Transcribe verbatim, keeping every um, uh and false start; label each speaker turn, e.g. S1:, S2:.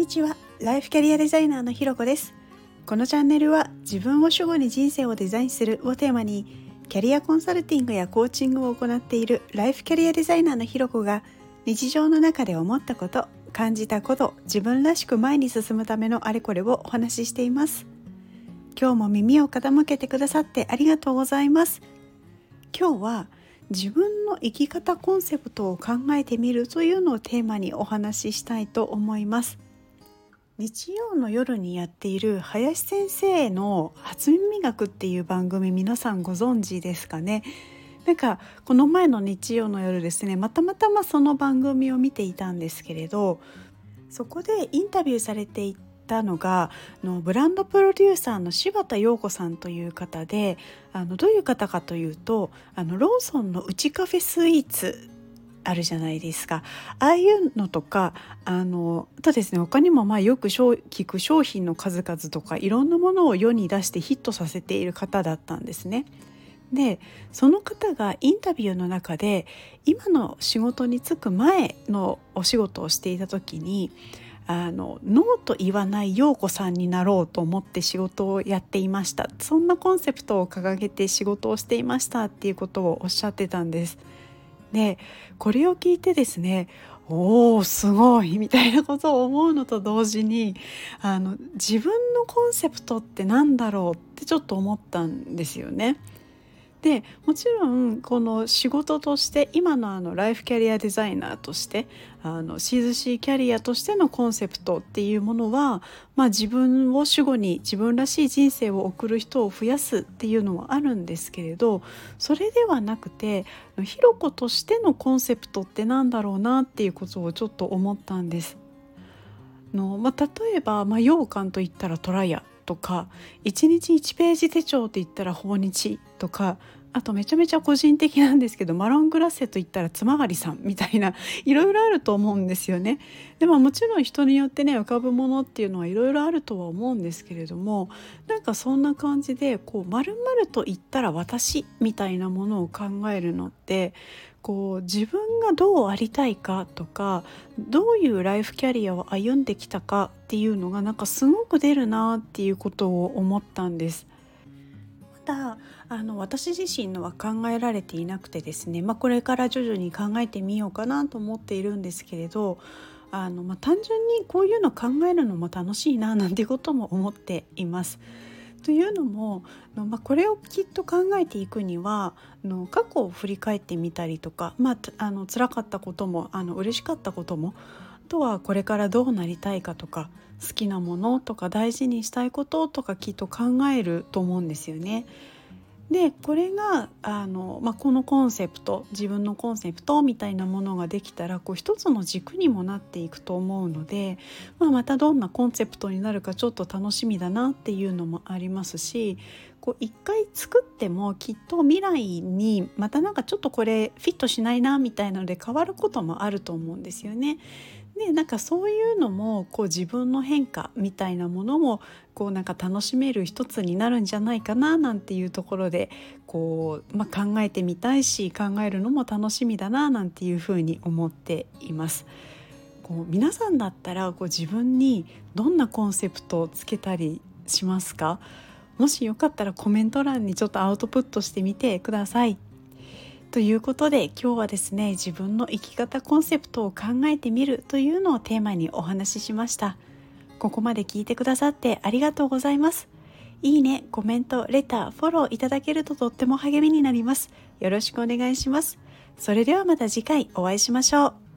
S1: ちは。ライフキャリアデザイナーのひろこです。このチャンネルは自分を主語に人生をデザインするをテーマに、キャリアコンサルティングやコーチングを行っているライフキャリアデザイナーのひろこが、日常の中で思ったこと、感じたこと、自分らしく前に進むためのあれこれをお話ししています。今日も耳を傾けてくださってありがとうございます。今日は自分の生き方コンセプトを考えてみるというのをテーマにお話ししたいと思います。日曜の夜にやっている林先生の初耳学っていう番組、皆さんご存知ですかね。なんかこの前の日曜の夜ですね、またまたまその番組を見ていたんですけれど、そこでインタビューされていたのがあのブランドプロデューサーの柴田陽子さんという方で、あのどういう方かというと、あのローソンのうちカフェスイーツあるじゃないですか。ああいうのとか、あのあとですね、他にもまあよく聞く商品の数々とか、いろんなものを世に出してヒットさせている方だったんですね。で、その方がインタビューの中で、今の仕事に就く前のお仕事をしていた時に、あのノーと言わない陽子さんになろうと思って仕事をやっていました。そんなコンセプトを掲げて仕事をしていましたっていうことをおっしゃってたんです。で、これを聞いてですね、おーすごいみたいなことを思うのと同時に、あの自分のコンセプトってなんだろうってちょっと思ったんですよね。でもちろんこの仕事として、今のあのライフキャリアデザイナーとして、あの シーズシー キャリアとしてのコンセプトっていうものは、まあ、自分を主語に自分らしい人生を送る人を増やすっていうのはあるんですけれど、それではなくて、ひろことしてのコンセプトってなんだろうなっていうことをちょっと思ったんです。の、まあ、例えば、まあ、羊羹といったらトラヤとか、いちにちいちページ手帳といったら訪日とか、あとめちゃめちゃ個人的なんですけど、マロングラッセといったらつまがりさんみたいな、いろいろあると思うんですよね。でももちろん人によってね、浮かぶものっていうのはいろいろあるとは思うんですけれども、なんかそんな感じで、こう丸々と言ったら私みたいなものを考えるのって、こう自分がどうありたいかとか、どういうライフキャリアを歩んできたかっていうのがなんかすごく出るなっていうことを思ったんです。まだあの私自身のは考えられていなくてですね、まあ、これから徐々に考えてみようかなと思っているんですけれど、あの、まあ、単純にこういうの考えるのも楽しいななんてことも思っています。というのも、まあ、これをきっと考えていくには、の過去を振り返ってみたりとか、まあ、あの辛かったことも、あの嬉しかったことも、あとはこれからどうなりたいかとか、好きなものとか大事にしたいこととか、きっと考えると思うんですよね。でこれがあの、まあ、このコンセプト、自分のコンセプトみたいなものができたら、こう一つの軸にもなっていくと思うので、まあ、またどんなコンセプトになるかちょっと楽しみだなっていうのもありますし、こう一回作ってもきっと未来にまたなんかちょっとこれフィットしないなみたいなので変わることもあると思うんですよね。でなんかそういうのも、こう自分の変化みたいなものもこうなんか楽しめる一つになるんじゃないかななんていうところで、こう、まあ、考えてみたいし、考えるのも楽しみだななんていうふうに思っています。こう皆さんだったらこう自分にどんなコンセプトをつけたりしますか？もしよかったらコメント欄にちょっとアウトプットしてみてください。ということで、今日はですね、自分の生き方コンセプトを考えてみるというのをテーマにお話ししました。ここまで聞いてくださってありがとうございます。いいね、コメント、レター、フォローいただけるととっても励みになります。よろしくお願いします。それではまた次回お会いしましょう。